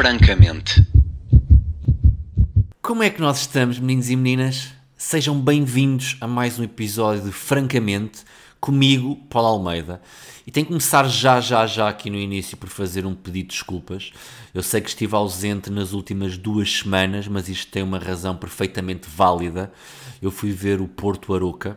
Francamente. Como é que nós estamos, meninos e meninas? Sejam bem-vindos a mais um episódio de Francamente, comigo, Paulo Almeida. E tenho que começar já aqui no início por fazer um pedido de desculpas. Eu sei que estive ausente nas últimas 2 semanas, mas isto tem uma razão perfeitamente válida. Eu fui ver o Porto Arouca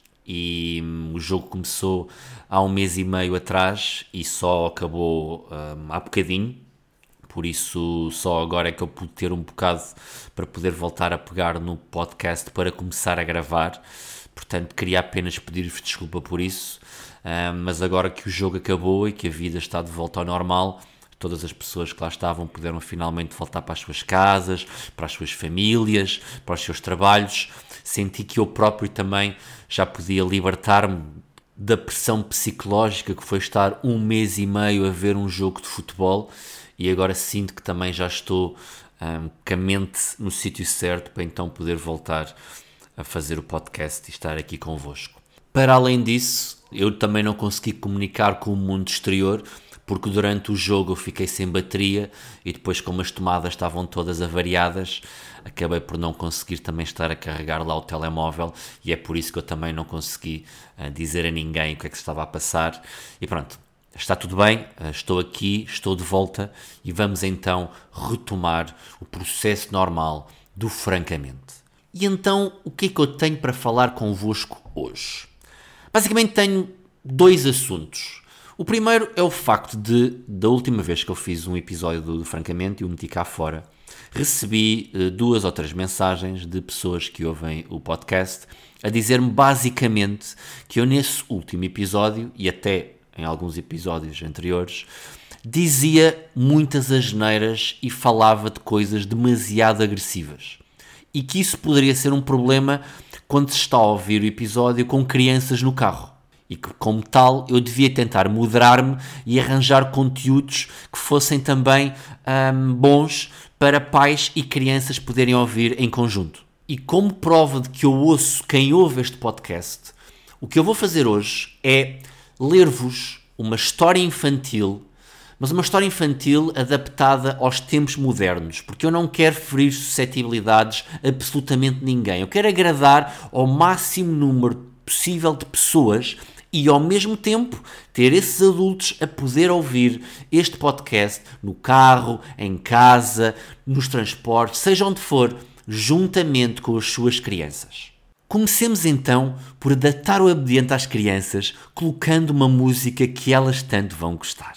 e o jogo começou há 1 mês e meio atrás e só acabou há bocadinho. Por isso, só agora é que eu pude ter um bocado para poder voltar a pegar no podcast para começar a gravar. Portanto, queria apenas pedir-vos desculpa por isso. Mas agora que o jogo acabou e que a vida está de volta ao normal, todas as pessoas que lá estavam puderam finalmente voltar para as suas casas, para as suas famílias, para os seus trabalhos. Senti que eu próprio também já podia libertar-me da pressão psicológica que foi estar 1 mês e meio a ver um jogo de futebol. E agora sinto que também já estou com a mente no sítio certo para então poder voltar a fazer o podcast e estar aqui convosco. Para além disso, eu também não consegui comunicar com o mundo exterior, porque durante o jogo eu fiquei sem bateria e depois, como as tomadas estavam todas avariadas, acabei por não conseguir também estar a carregar lá o telemóvel e é por isso que eu também não consegui dizer a ninguém o que é que se estava a passar. E pronto. Está tudo bem, estou aqui, estou de volta e vamos então retomar o processo normal do Francamente. E então, o que é que eu tenho para falar convosco hoje? Basicamente tenho 2 assuntos. O primeiro é o facto de, da última vez que eu fiz um episódio do Francamente e o meti cá fora, recebi 2 ou 3 mensagens de pessoas que ouvem o podcast a dizer-me basicamente que eu nesse último episódio e até em alguns episódios anteriores, dizia muitas asneiras e falava de coisas demasiado agressivas. E que isso poderia ser um problema quando se está a ouvir o episódio com crianças no carro. E que, como tal, eu devia tentar moderar-me e arranjar conteúdos que fossem também bons para pais e crianças poderem ouvir em conjunto. E como prova de que eu ouço quem ouve este podcast, o que eu vou fazer hoje é ler-vos uma história infantil, mas uma história infantil adaptada aos tempos modernos, porque eu não quero ferir suscetibilidades absolutamente ninguém. Eu quero agradar ao máximo número possível de pessoas e, ao mesmo tempo, ter esses adultos a poder ouvir este podcast no carro, em casa, nos transportes, seja onde for, juntamente com as suas crianças. Comecemos então por adaptar o ambiente às crianças, colocando uma música que elas tanto vão gostar.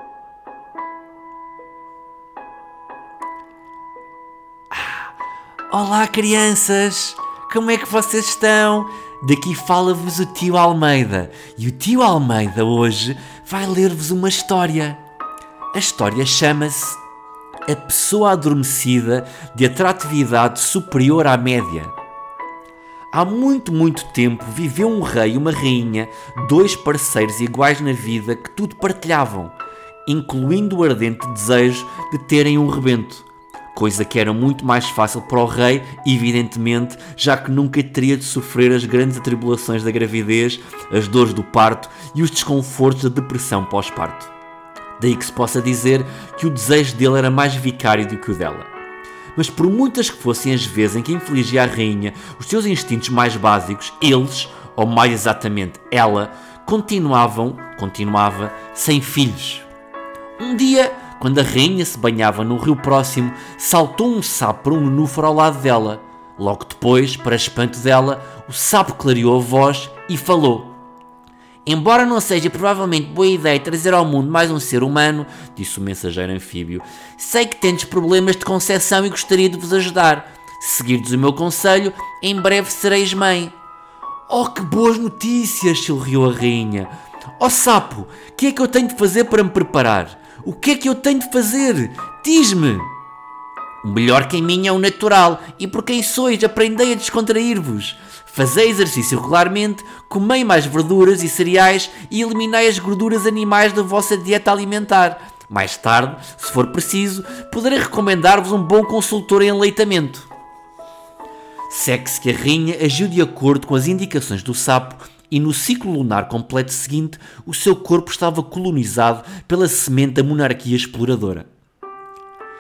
Olá crianças, como é que vocês estão? Daqui fala-vos o tio Almeida e o tio Almeida hoje vai ler-vos uma história. A história chama-se A Pessoa Adormecida de Atratividade Superior à Média. Há muito tempo viveu um rei e uma rainha, 2 parceiros iguais na vida que tudo partilhavam, incluindo o ardente desejo de terem um rebento, coisa que era muito mais fácil para o rei, evidentemente, já que nunca teria de sofrer as grandes atribulações da gravidez, as dores do parto e os desconfortos da depressão pós-parto. Daí que se possa dizer que o desejo dele era mais vicário do que o dela. Mas por muitas que fossem as vezes em que infligia à rainha os seus instintos mais básicos, eles, ou mais exatamente ela, continuava sem filhos. Um dia, quando a rainha se banhava num rio próximo, saltou um sapo para um nenúfar ao lado dela. Logo depois, para espanto dela, o sapo clareou a voz e falou: "Embora não seja provavelmente boa ideia trazer ao mundo mais um ser humano", disse o mensageiro anfíbio, "sei que tendes problemas de concepção e gostaria de vos ajudar. Se seguirdes o meu conselho, em breve sereis mãe." "Oh, que boas notícias!" chilriou a rainha. "Oh sapo, o que é que eu tenho de fazer para me preparar? O que é que eu tenho de fazer? Diz-me!" "O melhor caminho é o natural, e por quem sois, aprendei a descontrair-vos. Fazei exercício regularmente, comei mais verduras e cereais e eliminai as gorduras animais da vossa dieta alimentar. Mais tarde, se for preciso, poderei recomendar-vos um bom consultor em aleitamento." Segue-se que a rainha agiu de acordo com as indicações do sapo e no ciclo lunar completo seguinte o seu corpo estava colonizado pela semente da monarquia exploradora.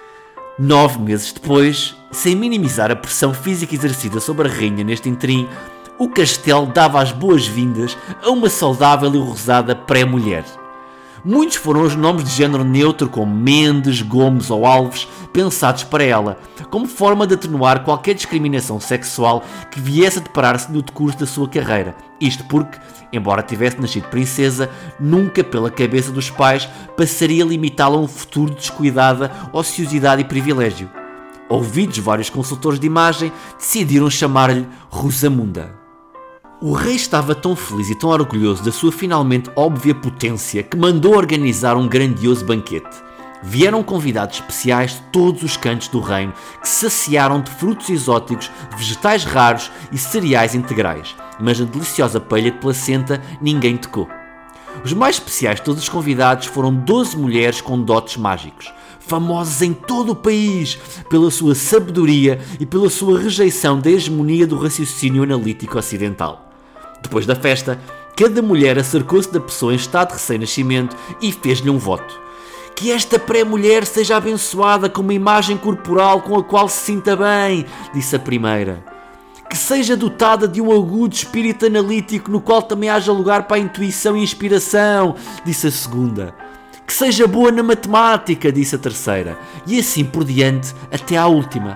9 meses depois, sem minimizar a pressão física exercida sobre a rainha neste interim, o castelo dava as boas-vindas a uma saudável e rosada pré-mulher. Muitos foram os nomes de género neutro como Mendes, Gomes ou Alves pensados para ela, como forma de atenuar qualquer discriminação sexual que viesse a deparar-se no decurso da sua carreira. Isto porque, embora tivesse nascido princesa, nunca pela cabeça dos pais passaria a limitá-la a um futuro de descuidada ociosidade e privilégio. Ouvidos vários consultores de imagem, decidiram chamar-lhe Rosamunda. O rei estava tão feliz e tão orgulhoso da sua finalmente óbvia potência que mandou organizar um grandioso banquete. Vieram convidados especiais de todos os cantos do reino que se saciaram de frutos exóticos, vegetais raros e cereais integrais, mas na deliciosa pelha de placenta ninguém tocou. Os mais especiais de todos os convidados foram 12 mulheres com dotes mágicos, famosas em todo o país pela sua sabedoria e pela sua rejeição da hegemonia do raciocínio analítico ocidental. Depois da festa, cada mulher acercou-se da pessoa em estado de recém-nascimento e fez-lhe um voto. Que esta pré-mulher seja abençoada com uma imagem corporal com a qual se sinta bem, disse a primeira. Que seja dotada de um agudo espírito analítico no qual também haja lugar para a intuição e inspiração, disse a segunda. Que seja boa na matemática, disse a terceira. E assim por diante até à última.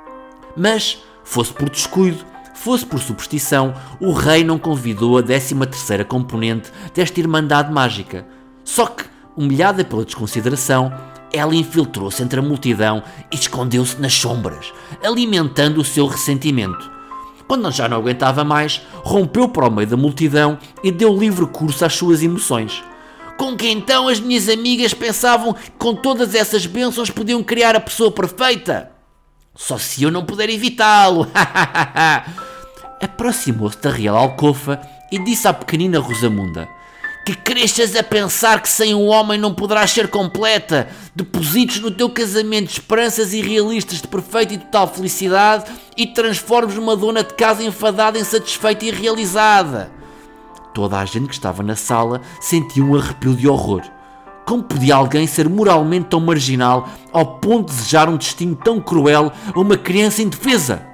Mas, fosse por descuido, fosse por superstição, o rei não convidou a 13ª componente desta irmandade mágica. Só que, humilhada pela desconsideração, ela infiltrou-se entre a multidão e escondeu-se nas sombras, alimentando o seu ressentimento. Quando já não aguentava mais, rompeu para o meio da multidão e deu livre curso às suas emoções. Com que então as minhas amigas pensavam que com todas essas bênçãos podiam criar a pessoa perfeita? Só se eu não puder evitá-lo. Aproximou-se da real alcofa e disse à pequenina Rosamunda: que cresças a pensar que sem um homem não poderás ser completa. Deposites no teu casamento esperanças irrealistas de perfeita e total felicidade e transformes numa dona de casa enfadada, insatisfeita e irrealizada. Toda a gente que estava na sala sentiu um arrepio de horror. Como podia alguém ser moralmente tão marginal ao ponto de desejar um destino tão cruel a uma criança indefesa?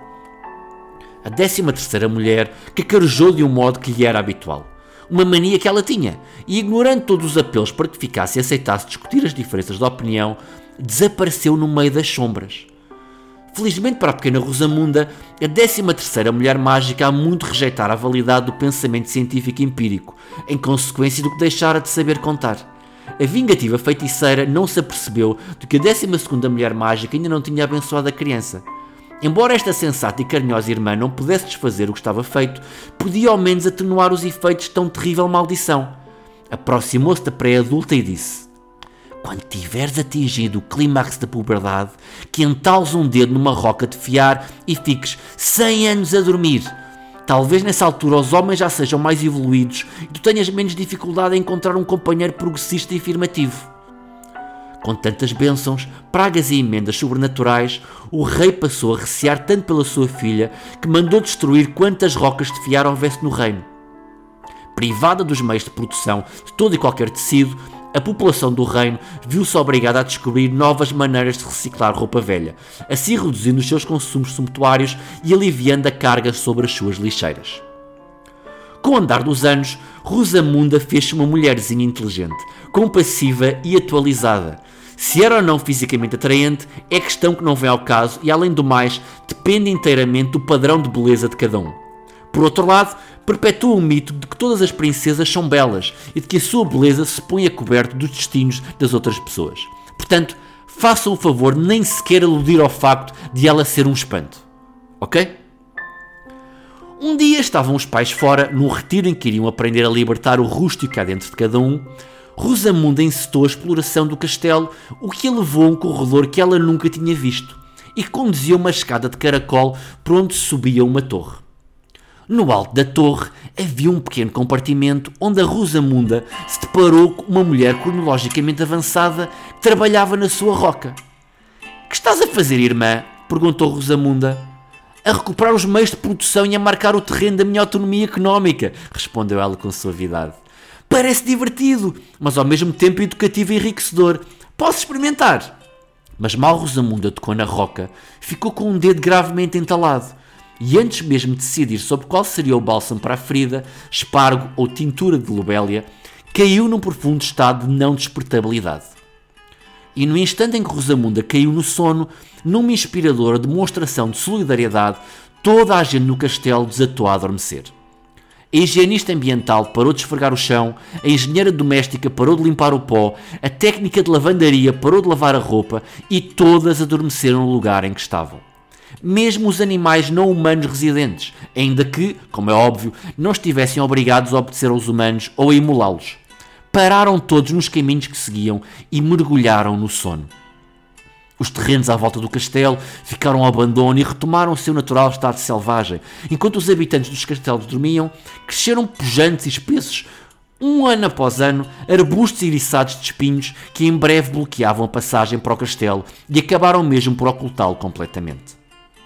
A 13ª mulher cacarejou de um modo que lhe era habitual. Uma mania que ela tinha, e ignorando todos os apelos para que ficasse e aceitasse discutir as diferenças de opinião, desapareceu no meio das sombras. Felizmente para a pequena Rosamunda, a 13ª mulher mágica há muito rejeitara a validade do pensamento científico empírico, em consequência do que deixara de saber contar. A vingativa feiticeira não se apercebeu de que a 12ª mulher mágica ainda não tinha abençoado a criança. Embora esta sensata e carinhosa irmã não pudesse desfazer o que estava feito, podia ao menos atenuar os efeitos de tão terrível maldição. Aproximou-se da pré-adulta e disse: quando tiveres atingido o clímax da puberdade, que entales um dedo numa roca de fiar e fiques 100 anos a dormir. Talvez nessa altura os homens já sejam mais evoluídos e tu tenhas menos dificuldade em encontrar um companheiro progressista e afirmativo. Com tantas bênçãos, pragas e emendas sobrenaturais, o rei passou a recear tanto pela sua filha que mandou destruir quantas rocas de fiar houvesse no reino. Privada dos meios de produção de todo e qualquer tecido, a população do reino viu-se obrigada a descobrir novas maneiras de reciclar roupa velha, assim reduzindo os seus consumos sumptuários e aliviando a carga sobre as suas lixeiras. Com o andar dos anos, Rosamunda fez-se uma mulherzinha inteligente, compassiva e atualizada. Se era ou não fisicamente atraente, é questão que não vem ao caso e, além do mais, depende inteiramente do padrão de beleza de cada um. Por outro lado, perpetua o mito de que todas as princesas são belas e de que a sua beleza se põe a coberto dos destinos das outras pessoas. Portanto, façam o favor de nem sequer aludir ao facto de ela ser um espanto. Ok? Um dia estavam os pais fora, num retiro em que iriam aprender a libertar o rústico cá dentro de cada um. Rosamunda incitou a exploração do castelo, o que a levou a um corredor que ela nunca tinha visto e que conduzia uma escada de caracol por onde subia uma torre. No alto da torre havia um pequeno compartimento onde a Rosamunda se deparou com uma mulher cronologicamente avançada que trabalhava na sua roca. "Que estás a fazer, irmã?" perguntou Rosamunda. "A recuperar os meios de produção e a marcar o terreno da minha autonomia económica", respondeu ela com suavidade. "Parece divertido, mas ao mesmo tempo educativo e enriquecedor. Posso experimentar?" Mas mal Rosamunda tocou na roca, ficou com um dedo gravemente entalado, e antes mesmo de decidir sobre qual seria o bálsamo para a ferida, espargo ou tintura de lobélia, caiu num profundo estado de não despertabilidade. E no instante em que Rosamunda caiu no sono, numa inspiradora demonstração de solidariedade, toda a gente no castelo desatou a adormecer. A higienista ambiental parou de esfregar o chão, a engenheira doméstica parou de limpar o pó, a técnica de lavandaria parou de lavar a roupa e todas adormeceram no lugar em que estavam. Mesmo os animais não humanos residentes, ainda que, como é óbvio, não estivessem obrigados a obedecer aos humanos ou a imolá-los. Pararam todos nos caminhos que seguiam e mergulharam no sono. Os terrenos à volta do castelo ficaram ao abandono e retomaram o seu natural estado selvagem. Enquanto os habitantes dos castelos dormiam, cresceram pujantes e espessos, um ano após ano, arbustos iriçados de espinhos que em breve bloqueavam a passagem para o castelo e acabaram mesmo por ocultá-lo completamente.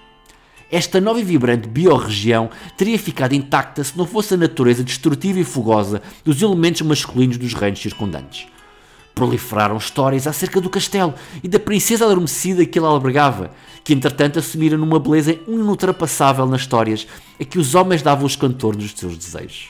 Esta nova e vibrante biorregião teria ficado intacta se não fosse a natureza destrutiva e fogosa dos elementos masculinos dos reinos circundantes. Proliferaram histórias acerca do castelo e da princesa adormecida que ele albergava, que entretanto assumira numa beleza inultrapassável nas histórias a que os homens davam os contornos dos seus desejos.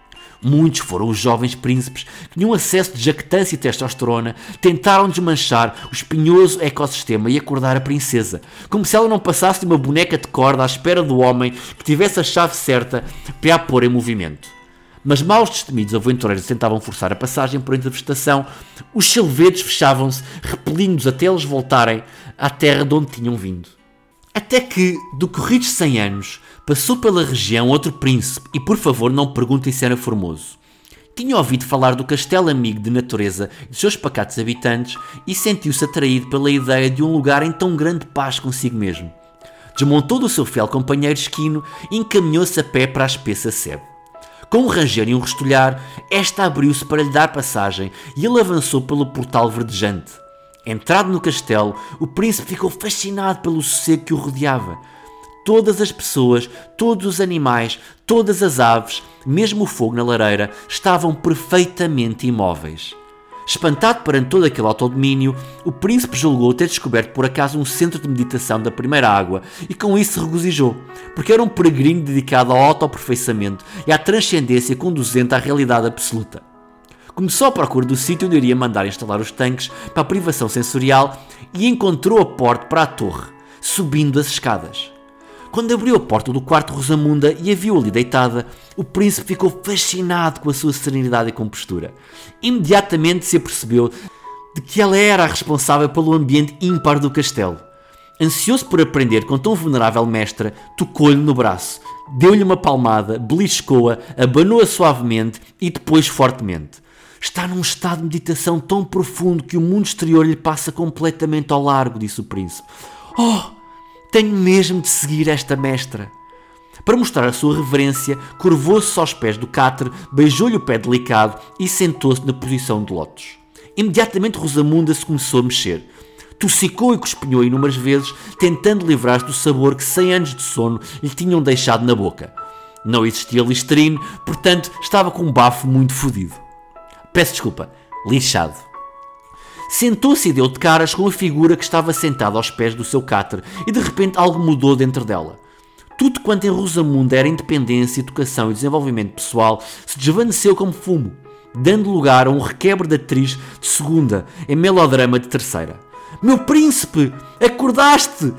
Muitos foram os jovens príncipes que, num acesso de jactância e testosterona, tentaram desmanchar o espinhoso ecossistema e acordar a princesa, como se ela não passasse de uma boneca de corda à espera do homem que tivesse a chave certa para a pôr em movimento. Mas mal os destemidos aventureiros tentavam forçar a passagem por entre a vegetação, os silvedos fechavam-se, repelindo-os até eles voltarem à terra de onde tinham vindo. Até que, decorridos 100 anos, passou pela região outro príncipe, e por favor não perguntem se era formoso. Tinha ouvido falar do castelo amigo de natureza e dos seus pacatos habitantes e sentiu-se atraído pela ideia de um lugar em tão grande paz consigo mesmo. Desmontou do seu fiel companheiro esquino e encaminhou-se a pé para a espessa sebe. Com um ranger e um restolhar, esta abriu-se para lhe dar passagem e ele avançou pelo portal verdejante. Entrado no castelo, o príncipe ficou fascinado pelo sossego que o rodeava. Todas as pessoas, todos os animais, todas as aves, mesmo o fogo na lareira, estavam perfeitamente imóveis. Espantado perante todo aquele autodomínio, o príncipe julgou ter descoberto por acaso um centro de meditação da primeira água e com isso se regozijou, porque era um peregrino dedicado ao autoaperfeiçoamento e à transcendência conduzente à realidade absoluta. Começou à procura do sítio onde iria mandar instalar os tanques para a privação sensorial e encontrou a porta para a torre, subindo as escadas. Quando abriu a porta do quarto de Rosamunda e a viu ali deitada, o príncipe ficou fascinado com a sua serenidade e compostura. Imediatamente se apercebeu de que ela era a responsável pelo ambiente ímpar do castelo. Ansioso por aprender com tão venerável mestra, tocou-lhe no braço, deu-lhe uma palmada, beliscou-a, abanou-a suavemente e depois fortemente. Está num estado de meditação tão profundo que o mundo exterior lhe passa completamente ao largo, disse o príncipe. Oh! Tenho mesmo de seguir esta mestra. Para mostrar a sua reverência, curvou-se aos pés do catre, beijou-lhe o pé delicado e sentou-se na posição de lótus. Imediatamente Rosamunda se começou a mexer. Tossicou e cuspinhou inúmeras vezes, tentando livrar-se do sabor que 100 anos de sono lhe tinham deixado na boca. Não existia Listerine, portanto estava com um bafo muito fodido. Peço desculpa, lixado. Sentou-se e deu de caras com a figura que estava sentada aos pés do seu catre e de repente algo mudou dentro dela. Tudo quanto em Rosamunda era independência, educação e desenvolvimento pessoal se desvaneceu como fumo, dando lugar a um requebre de atriz de segunda em melodrama de terceira. Meu príncipe! Acordaste!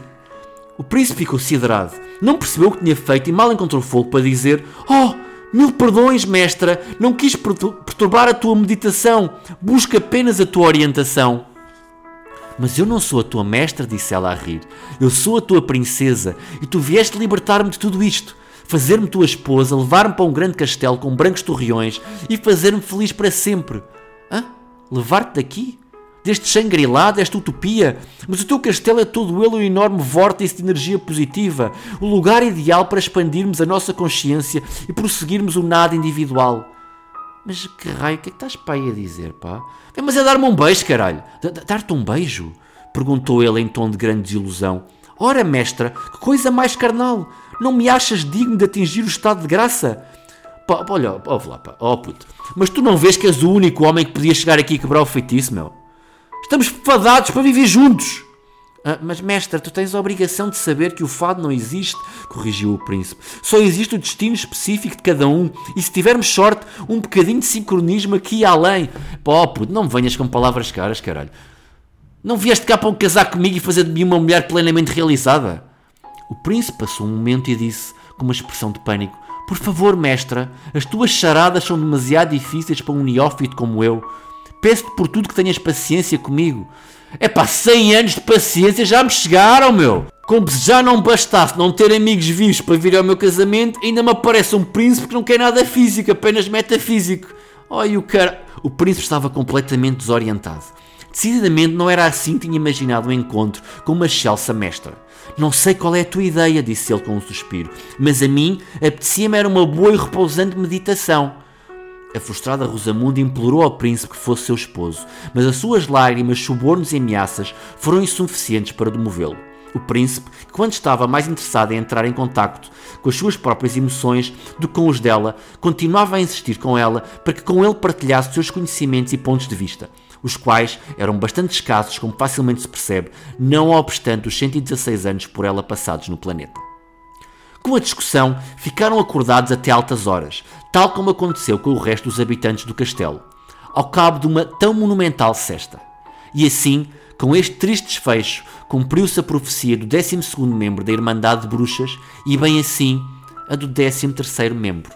O príncipe ficou siderado, não percebeu o que tinha feito e mal encontrou fogo para dizer: Oh! 1000 perdões, mestra, não quis perturbar a tua meditação, busca apenas a tua orientação. Mas eu não sou a tua mestra, disse ela a rir, eu sou a tua princesa e tu vieste libertar-me de tudo isto, fazer-me tua esposa, levar-me para um grande castelo com brancos torreões e fazer-me feliz para sempre. Hã? Levar-te daqui? Deste Shangri-La, desta utopia? Mas o teu castelo é todo ele um enorme vórtice de energia positiva, o lugar ideal para expandirmos a nossa consciência e prosseguirmos o nada individual. Mas que raio, o que é que estás para aí a dizer, pá? Mas é dar-me um beijo, caralho. Dar-te um beijo? Perguntou ele em tom de grande desilusão. Ora, mestra, que coisa mais carnal. Não me achas digno de atingir o estado de graça? Pá, olha, ouve lá, pá. Oh, puto. Mas tu não vês que és o único homem que podia chegar aqui e quebrar o feitiço, meu? Estamos fadados para viver juntos. Mas mestra, tu tens a obrigação de saber que o fado não existe, corrigiu o príncipe. Só existe o destino específico de cada um. E se tivermos sorte, um bocadinho de sincronismo aqui e além. Pô, puto, não me venhas com palavras caras, caralho. Não vieste cá para casar comigo e fazer de mim uma mulher plenamente realizada? O príncipe passou um momento e disse, com uma expressão de pânico, por favor, mestra, as tuas charadas são demasiado difíceis para um neófito como eu. Peço-te por tudo que tenhas paciência comigo. 100 anos de paciência já me chegaram, meu. Como se já não bastasse não ter amigos vivos para vir ao meu casamento, ainda me aparece um príncipe que não quer nada físico, apenas metafísico. O príncipe estava completamente desorientado. Decididamente não era assim que tinha imaginado o encontro com uma Chelsea mestra. Não sei qual é a tua ideia, disse ele com um suspiro, mas a mim apetecia-me era uma boa e repousante meditação. A frustrada Rosamunda implorou ao príncipe que fosse seu esposo, mas as suas lágrimas, subornos e ameaças foram insuficientes para demovê-lo. O príncipe, que quando estava mais interessado em entrar em contacto com as suas próprias emoções do que com os dela, continuava a insistir com ela para que com ele partilhasse seus conhecimentos e pontos de vista, os quais eram bastante escassos, como facilmente se percebe, não obstante os 116 anos por ela passados no planeta. Com a discussão, ficaram acordados até altas horas, tal como aconteceu com o resto dos habitantes do castelo, ao cabo de uma tão monumental sesta. E assim, com este triste desfecho, cumpriu-se a profecia do 12º membro da Irmandade de Bruxas e, bem assim, a do 13º membro.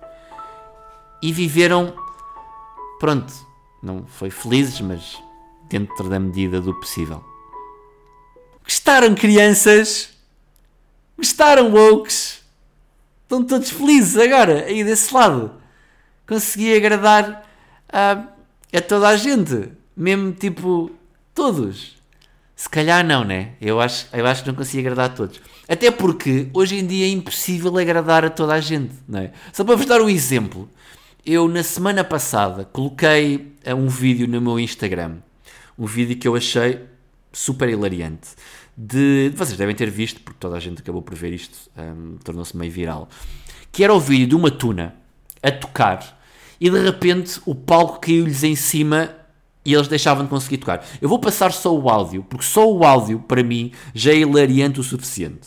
E viveram, pronto, não foi felizes, mas dentro da medida do possível. Gostaram, crianças? Gostaram, wokes? Estão todos felizes agora, aí desse lado. Consegui agradar a toda a gente. Mesmo, tipo, todos. Se calhar não, né? Eu acho que não consegui agradar a todos. Até porque, hoje em dia, é impossível agradar a toda a gente, não é? Só para vos dar um exemplo. Eu, na semana passada, coloquei um vídeo no meu Instagram. Um vídeo que eu achei super hilariante. Vocês devem ter visto, porque toda a gente acabou por ver isto, tornou-se meio viral, que era o vídeo de uma tuna a tocar e de repente o palco caiu-lhes em cima e eles deixavam de conseguir tocar. Eu vou passar só o áudio, porque só o áudio para mim já é hilariante o suficiente.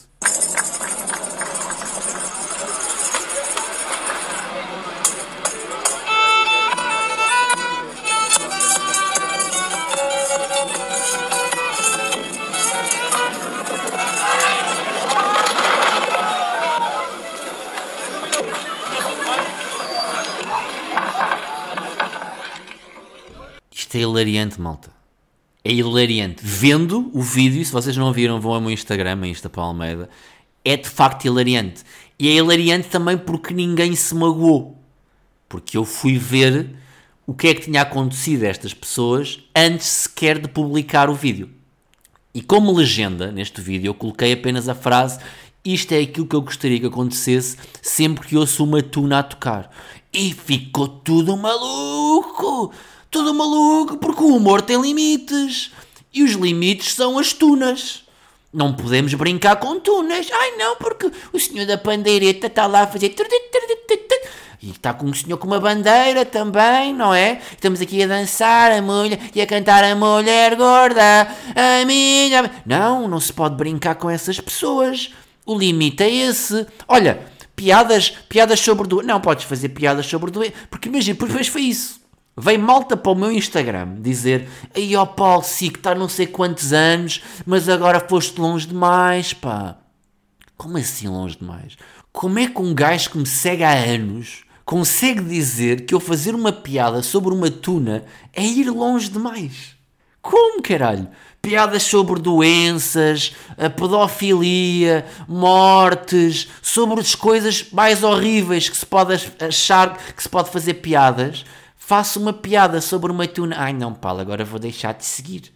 Isto é hilariante, malta. É hilariante. Vendo o vídeo, se vocês não viram, vão ao meu Instagram, a Insta Paulo Almeida. É de facto hilariante. E é hilariante também porque ninguém se magoou. Porque eu fui ver o que é que tinha acontecido a estas pessoas antes sequer de publicar o vídeo. E como legenda neste vídeo eu coloquei apenas a frase: isto é aquilo que eu gostaria que acontecesse sempre que ouço uma tuna a tocar. E ficou tudo maluco! Tudo maluco, porque o humor tem limites. E os limites são as tunas. Não podemos brincar com tunas. Ai não, porque o senhor da pandeireta está lá a fazer... E está com um senhor com uma bandeira também, não é? Estamos aqui a dançar a mulher e a cantar a mulher gorda. A minha... Não se pode brincar com essas pessoas. O limite é esse. Olha, piadas sobre doença. Não podes fazer piadas sobre doença. Porque imagina, depois foi isso. Veio malta para o meu Instagram dizer: aí ó Paulo, sim, que está não sei quantos anos, mas agora foste longe demais, pá. Como assim longe demais? Como é que um gajo que me segue há anos consegue dizer que eu fazer uma piada sobre uma tuna é ir longe demais? Como, caralho? Piadas sobre doenças, a pedofilia, mortes, sobre as coisas mais horríveis que se pode achar que se pode fazer piadas. Faço uma piada sobre uma tuna. Ai não, Paulo, agora vou deixar de seguir.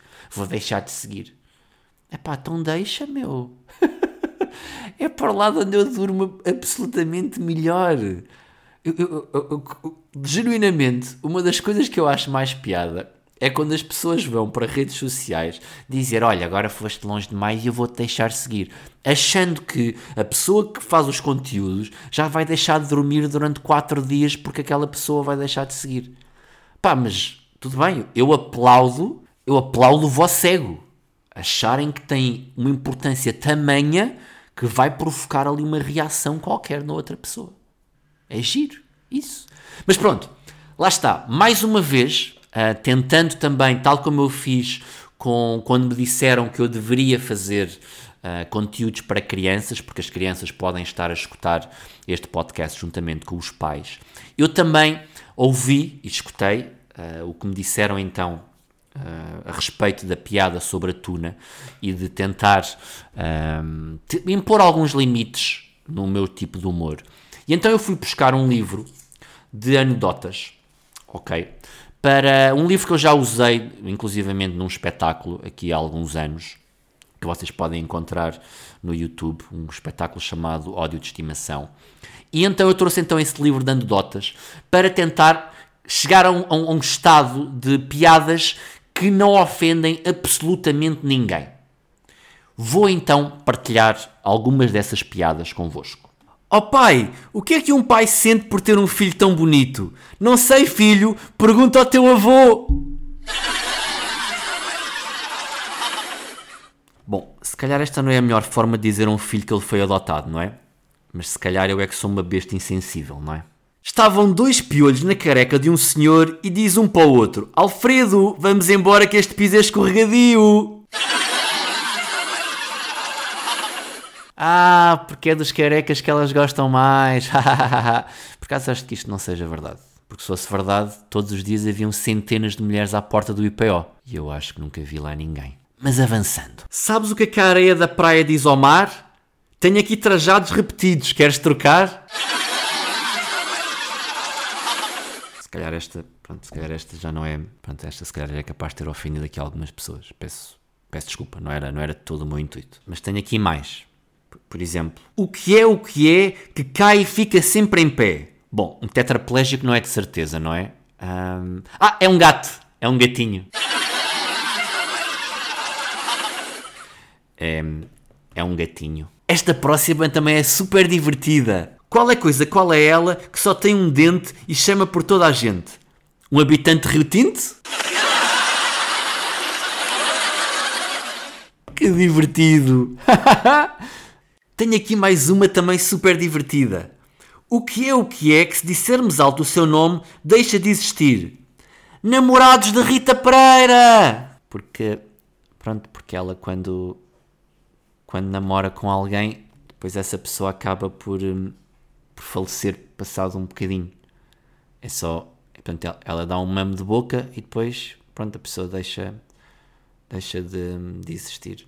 Epá, então deixa, meu. É para lá de onde eu durmo absolutamente melhor. Genuinamente, uma das coisas que eu acho mais piada é quando as pessoas vão para redes sociais dizer: olha, agora foste longe demais e eu vou-te deixar seguir. Achando que a pessoa que faz os conteúdos já vai deixar de dormir durante 4 dias porque aquela pessoa vai deixar de seguir. Pá, mas tudo bem, eu aplaudo o vosso ego. Acharem que tem uma importância tamanha que vai provocar ali uma reação qualquer na outra pessoa. É giro, isso. Mas pronto, lá está. Mais uma vez, tentando também, tal como eu fiz quando me disseram que eu deveria fazer conteúdos para crianças, porque as crianças podem estar a escutar este podcast juntamente com os pais. Eu também ouvi e escutei o que me disseram então a respeito da piada sobre a tuna e de tentar impor alguns limites no meu tipo de humor. E então eu fui buscar um livro de anedotas, ok? Para um livro que eu já usei, inclusivamente num espetáculo aqui há alguns anos, que vocês podem encontrar no YouTube, um espetáculo chamado Ódio de Estimação. E então eu trouxe então esse livro de anedotas para tentar chegar a um estado de piadas que não ofendem absolutamente ninguém. Vou então partilhar algumas dessas piadas convosco. Oh pai, o que é que um pai sente por ter um filho tão bonito? Não sei, filho, pergunta ao teu avô. Bom, se calhar esta não é a melhor forma de dizer a um filho que ele foi adotado, não é? Mas se calhar eu é que sou uma besta insensível, não é? Estavam 2 piolhos na careca de um senhor e diz um para o outro: Alfredo, vamos embora que este piso é escorregadio. Porque é dos carecas que elas gostam mais. Por acaso acho que isto não seja verdade. Porque se fosse verdade, todos os dias haviam centenas de mulheres à porta do IPO. E eu acho que nunca vi lá ninguém. Mas avançando. Sabes o que a areia da praia diz ao mar? Tenho aqui trajados repetidos, queres trocar? Se calhar esta já não é... Pronto, esta se calhar é capaz de ter ofendido aqui algumas pessoas. Peço desculpa, não era todo o meu intuito. Mas tenho aqui mais. Por exemplo, o que é que cai e fica sempre em pé? Bom, um tetraplégico não é de certeza, não é? É um gato. É um gatinho. É um gatinho. Esta próxima também é super divertida. Qual é ela que só tem um dente e chama por toda a gente? Um habitante de Rio Tinto? Que divertido! Tenho aqui mais uma também super divertida. O que é que se dissermos alto o seu nome deixa de existir? Namorados de Rita Pereira! Porque ela quando namora com alguém, depois essa pessoa acaba por falecer passado um bocadinho. Portanto, ela dá um mamo de boca e depois, a pessoa deixa de existir.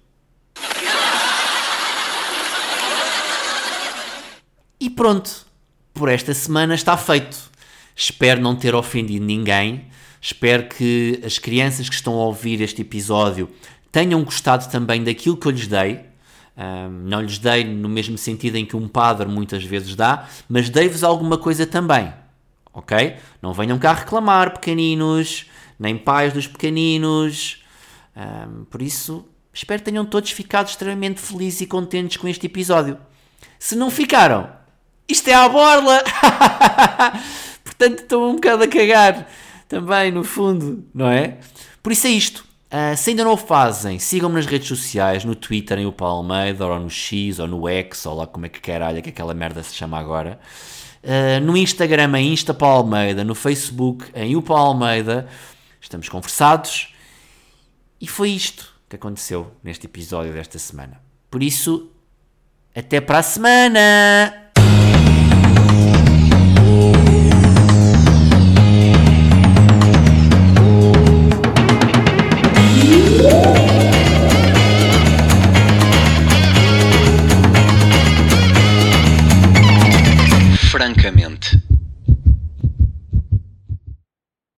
E pronto, por esta semana está feito. Espero não ter ofendido ninguém. Espero que as crianças que estão a ouvir este episódio tenham gostado também daquilo que eu lhes dei. Não lhes dei no mesmo sentido em que um padre muitas vezes dá, mas dei-vos alguma coisa também, ok? Não venham cá reclamar, pequeninos, nem pais dos pequeninos. Por isso, espero que tenham todos ficado extremamente felizes e contentes com este episódio. Se não ficaram, isto é à borla! Portanto, estou um bocado a cagar também, no fundo, não é? Por isso é isto. Se ainda não o fazem, sigam-me nas redes sociais, no Twitter em Upa Almeida, ou no X, ou no X, ou lá como é que caralho que aquela merda se chama agora. No Instagram em Insta Paulo Almeida, no Facebook em Upa Almeida. Estamos conversados. E foi isto que aconteceu neste episódio desta semana. Por isso, até para a semana!